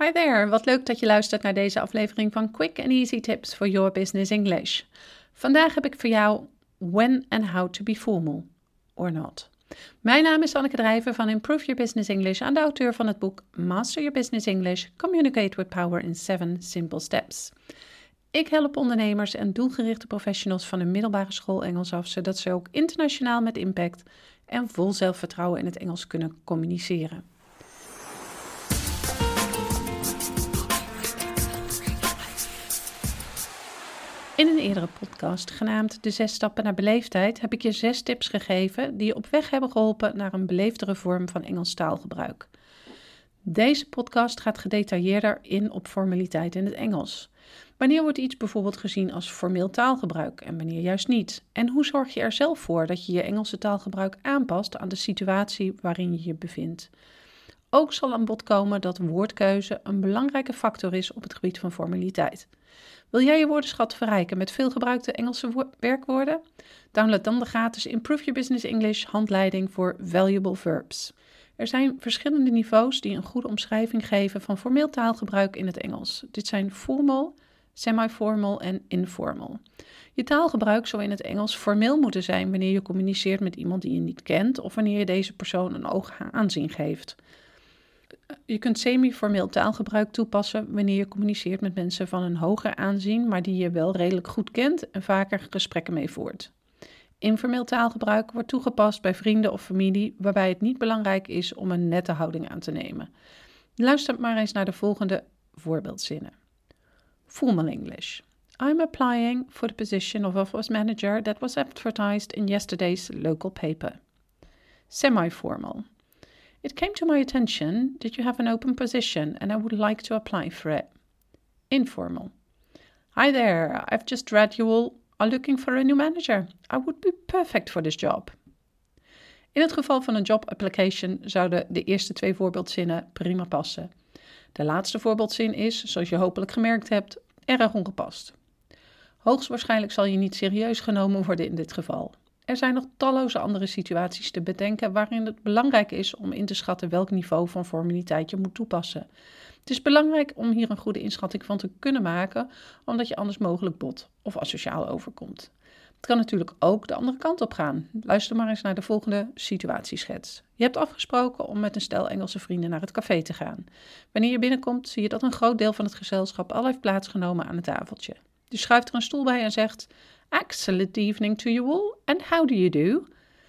Hi there, wat leuk dat je luistert naar deze aflevering van Quick and Easy Tips for Your Business English. Vandaag heb ik voor jou When and How to Be Formal or Not. Mijn naam is Anneke Drijver van Improve Your Business English en de auteur van het boek Master Your Business English, Communicate with Power in 7 Simple Steps. Ik help ondernemers en doelgerichte professionals van een middelbare school Engels af, zodat ze ook internationaal met impact en vol zelfvertrouwen in het Engels kunnen communiceren. In een eerdere podcast, genaamd De 6 stappen naar beleefdheid, heb ik je 6 tips gegeven die je op weg hebben geholpen naar een beleefdere vorm van Engels taalgebruik. Deze podcast gaat gedetailleerder in op formaliteit in het Engels. Wanneer wordt iets bijvoorbeeld gezien als formeel taalgebruik en wanneer juist niet? En hoe zorg je er zelf voor dat je je Engelse taalgebruik aanpast aan de situatie waarin je je bevindt? Ook zal aan bod komen dat woordkeuze een belangrijke factor is op het gebied van formaliteit. Wil jij je woordenschat verrijken met veel gebruikte Engelse werkwoorden? Download dan de gratis Improve Your Business English handleiding voor Valuable Verbs. Er zijn verschillende niveaus die een goede omschrijving geven van formeel taalgebruik in het Engels. Dit zijn formal, semi-formal en informal. Je taalgebruik zou in het Engels formeel moeten zijn wanneer je communiceert met iemand die je niet kent of wanneer je deze persoon een oog aanzien geeft. Je kunt semi-formeel taalgebruik toepassen wanneer je communiceert met mensen van een hoger aanzien, maar die je wel redelijk goed kent en vaker gesprekken mee voert. Informeel taalgebruik wordt toegepast bij vrienden of familie, waarbij het niet belangrijk is om een nette houding aan te nemen. Luister maar eens naar de volgende voorbeeldzinnen. Formal English. I'm applying for the position of office manager that was advertised in yesterday's local paper. Semi-formal. It came to my attention that you have an open position and I would like to apply for it. Informal. Hi there, I've just read you all are looking for a new manager. I would be perfect for this job. In het geval van een job application zouden de eerste 2 voorbeeldzinnen prima passen. De laatste voorbeeldzin is, zoals je hopelijk gemerkt hebt, erg ongepast. Hoogstwaarschijnlijk zal je niet serieus genomen worden in dit geval. Er zijn nog talloze andere situaties te bedenken waarin het belangrijk is om in te schatten welk niveau van formaliteit je moet toepassen. Het is belangrijk om hier een goede inschatting van te kunnen maken, omdat je anders mogelijk bot of asociaal overkomt. Het kan natuurlijk ook de andere kant op gaan. Luister maar eens naar de volgende situatieschets. Je hebt afgesproken om met een stel Engelse vrienden naar het café te gaan. Wanneer je binnenkomt zie je dat een groot deel van het gezelschap al heeft plaatsgenomen aan het tafeltje. Je schuift er een stoel bij en zegt: Excellent evening to you all, and how do you do?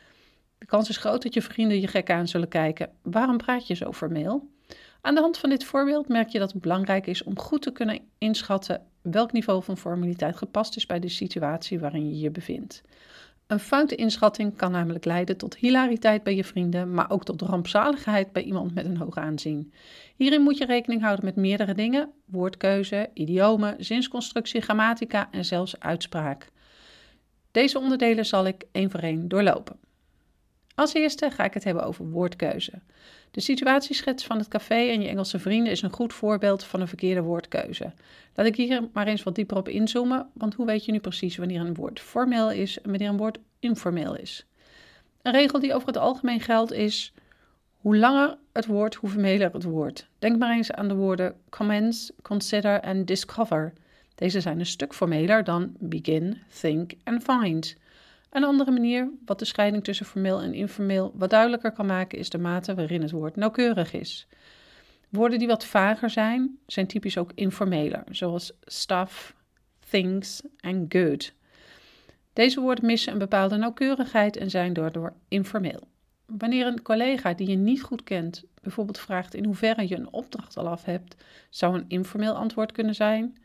De kans is groot dat je vrienden je gek aan zullen kijken. Waarom praat je zo formeel? Aan de hand van dit voorbeeld merk je dat het belangrijk is om goed te kunnen inschatten welk niveau van formaliteit gepast is bij de situatie waarin je je bevindt. Een foute inschatting kan namelijk leiden tot hilariteit bij je vrienden, maar ook tot rampzaligheid bij iemand met een hoog aanzien. Hierin moet je rekening houden met meerdere dingen: woordkeuze, idiomen, zinsconstructie, grammatica en zelfs uitspraak. Deze onderdelen zal ik 1 voor 1 doorlopen. Als eerste ga ik het hebben over woordkeuze. De situatieschets van het café en je Engelse vrienden is een goed voorbeeld van een verkeerde woordkeuze. Laat ik hier maar eens wat dieper op inzoomen, want hoe weet je nu precies wanneer een woord formeel is en wanneer een woord informeel is? Een regel die over het algemeen geldt is: hoe langer het woord, hoe formeler het woord. Denk maar eens aan de woorden commence, consider en discover. Deze zijn een stuk formeler dan begin, think en find. Een andere manier wat de scheiding tussen formeel en informeel wat duidelijker kan maken is de mate waarin het woord nauwkeurig is. Woorden die wat vager zijn typisch ook informeler, zoals stuff, things en good. Deze woorden missen een bepaalde nauwkeurigheid en zijn daardoor informeel. Wanneer een collega die je niet goed kent bijvoorbeeld vraagt in hoeverre je een opdracht al af hebt, zou een informeel antwoord kunnen zijn: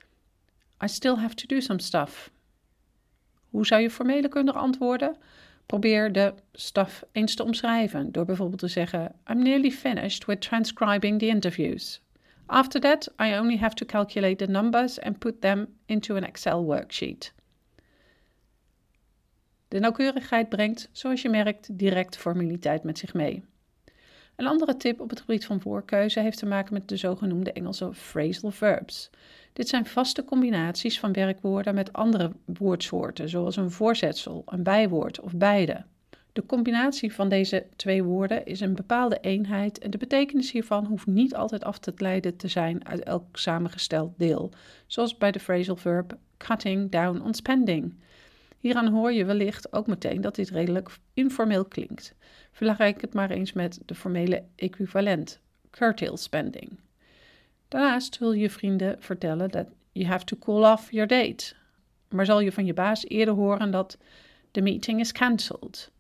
I still have to do some stuff. Hoe zou je formeel kunnen antwoorden? Probeer de stuff eens te omschrijven door bijvoorbeeld te zeggen: I'm nearly finished with transcribing the interviews. After that, I only have to calculate the numbers and put them into an Excel worksheet. De nauwkeurigheid brengt, zoals je merkt, direct formaliteit met zich mee. Een andere tip op het gebied van woordkeuze heeft te maken met de zogenoemde Engelse phrasal verbs. Dit zijn vaste combinaties van werkwoorden met andere woordsoorten, zoals een voorzetsel, een bijwoord of beide. De combinatie van deze twee woorden is een bepaalde eenheid en de betekenis hiervan hoeft niet altijd af te leiden te zijn uit elk samengesteld deel, zoals bij de phrasal verb cutting down on spending. Hieraan hoor je wellicht ook meteen dat dit redelijk informeel klinkt. Vergelijk het maar eens met de formele equivalent, curtail spending. Daarnaast wil je vrienden vertellen dat you have to call off your date. Maar zal je van je baas eerder horen dat the meeting is cancelled.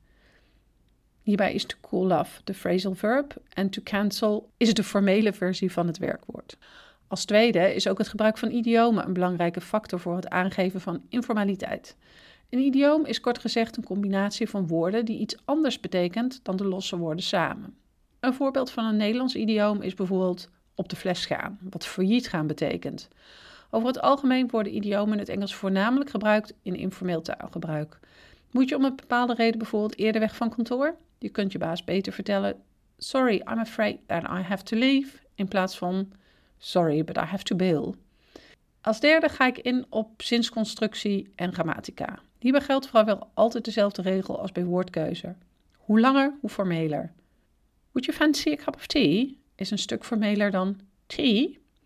Hierbij is to call off de phrasal verb en to cancel is de formele versie van het werkwoord. Als tweede is ook het gebruik van idiomen een belangrijke factor voor het aangeven van informaliteit. Een idioom is kort gezegd een combinatie van woorden die iets anders betekent dan de losse woorden samen. Een voorbeeld van een Nederlands idioom is bijvoorbeeld op de fles gaan, wat failliet gaan betekent. Over het algemeen worden idiomen in het Engels voornamelijk gebruikt in informeel taalgebruik. Moet je om een bepaalde reden bijvoorbeeld eerder weg van kantoor? Je kunt je baas beter vertellen, sorry, I'm afraid that I have to leave, in plaats van sorry, but I have to bail. Als derde ga ik in op zinsconstructie en grammatica. Hierbij geldt vrijwel altijd dezelfde regel als bij woordkeuze. Hoe langer, hoe formeler. Would you fancy a cup of tea? Is een stuk formeler dan tea.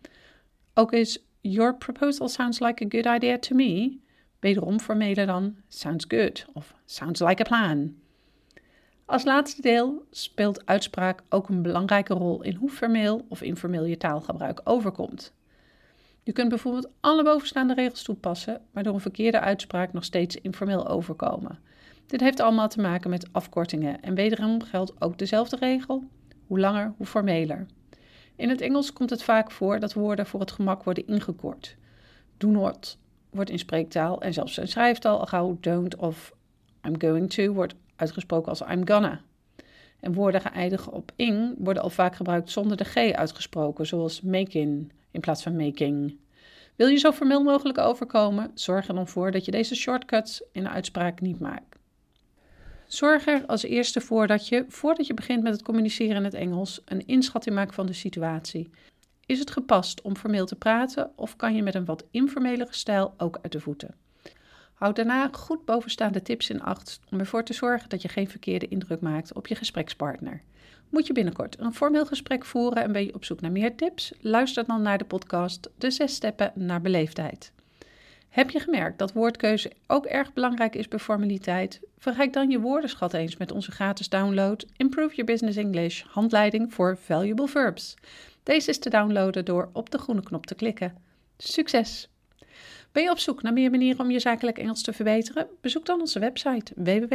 Ook is your proposal sounds like a good idea to me. Wederom formeler dan sounds good of sounds like a plan. Als laatste deel speelt uitspraak ook een belangrijke rol in hoe formeel of informeel je taalgebruik overkomt. Je kunt bijvoorbeeld alle bovenstaande regels toepassen, maar door een verkeerde uitspraak nog steeds informeel overkomen. Dit heeft allemaal te maken met afkortingen en wederom geldt ook dezelfde regel, hoe langer, hoe formeler. In het Engels komt het vaak voor dat woorden voor het gemak worden ingekort. Do not wordt in spreektaal en zelfs in schrijftaal al gauw don't of I'm going to wordt uitgesproken als I'm gonna. En woorden geëindigd op ing worden al vaak gebruikt zonder de g uitgesproken, zoals making in plaats van making. Wil je zo formeel mogelijk overkomen, zorg er dan voor dat je deze shortcuts in de uitspraak niet maakt. Zorg er als eerste voor dat je, voordat je begint met het communiceren in het Engels, een inschatting maakt van de situatie. Is het gepast om formeel te praten of kan je met een wat informelere stijl ook uit de voeten? Houd daarna goed bovenstaande tips in acht om ervoor te zorgen dat je geen verkeerde indruk maakt op je gesprekspartner. Moet je binnenkort een formeel gesprek voeren en ben je op zoek naar meer tips? Luister dan naar de podcast De 6 Stappen naar Beleefdheid. Heb je gemerkt dat woordkeuze ook erg belangrijk is bij formaliteit? Vergelijk dan je woordenschat eens met onze gratis download Improve Your Business English, handleiding voor valuable verbs. Deze is te downloaden door op de groene knop te klikken. Succes! Ben je op zoek naar meer manieren om je zakelijk Engels te verbeteren? Bezoek dan onze website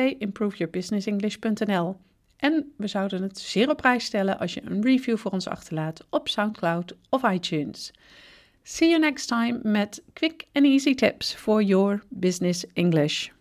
www.improveyourbusinessenglish.nl. En we zouden het zeer op prijs stellen als je een review voor ons achterlaat op SoundCloud of iTunes. See you next time met quick and easy tips for your business English.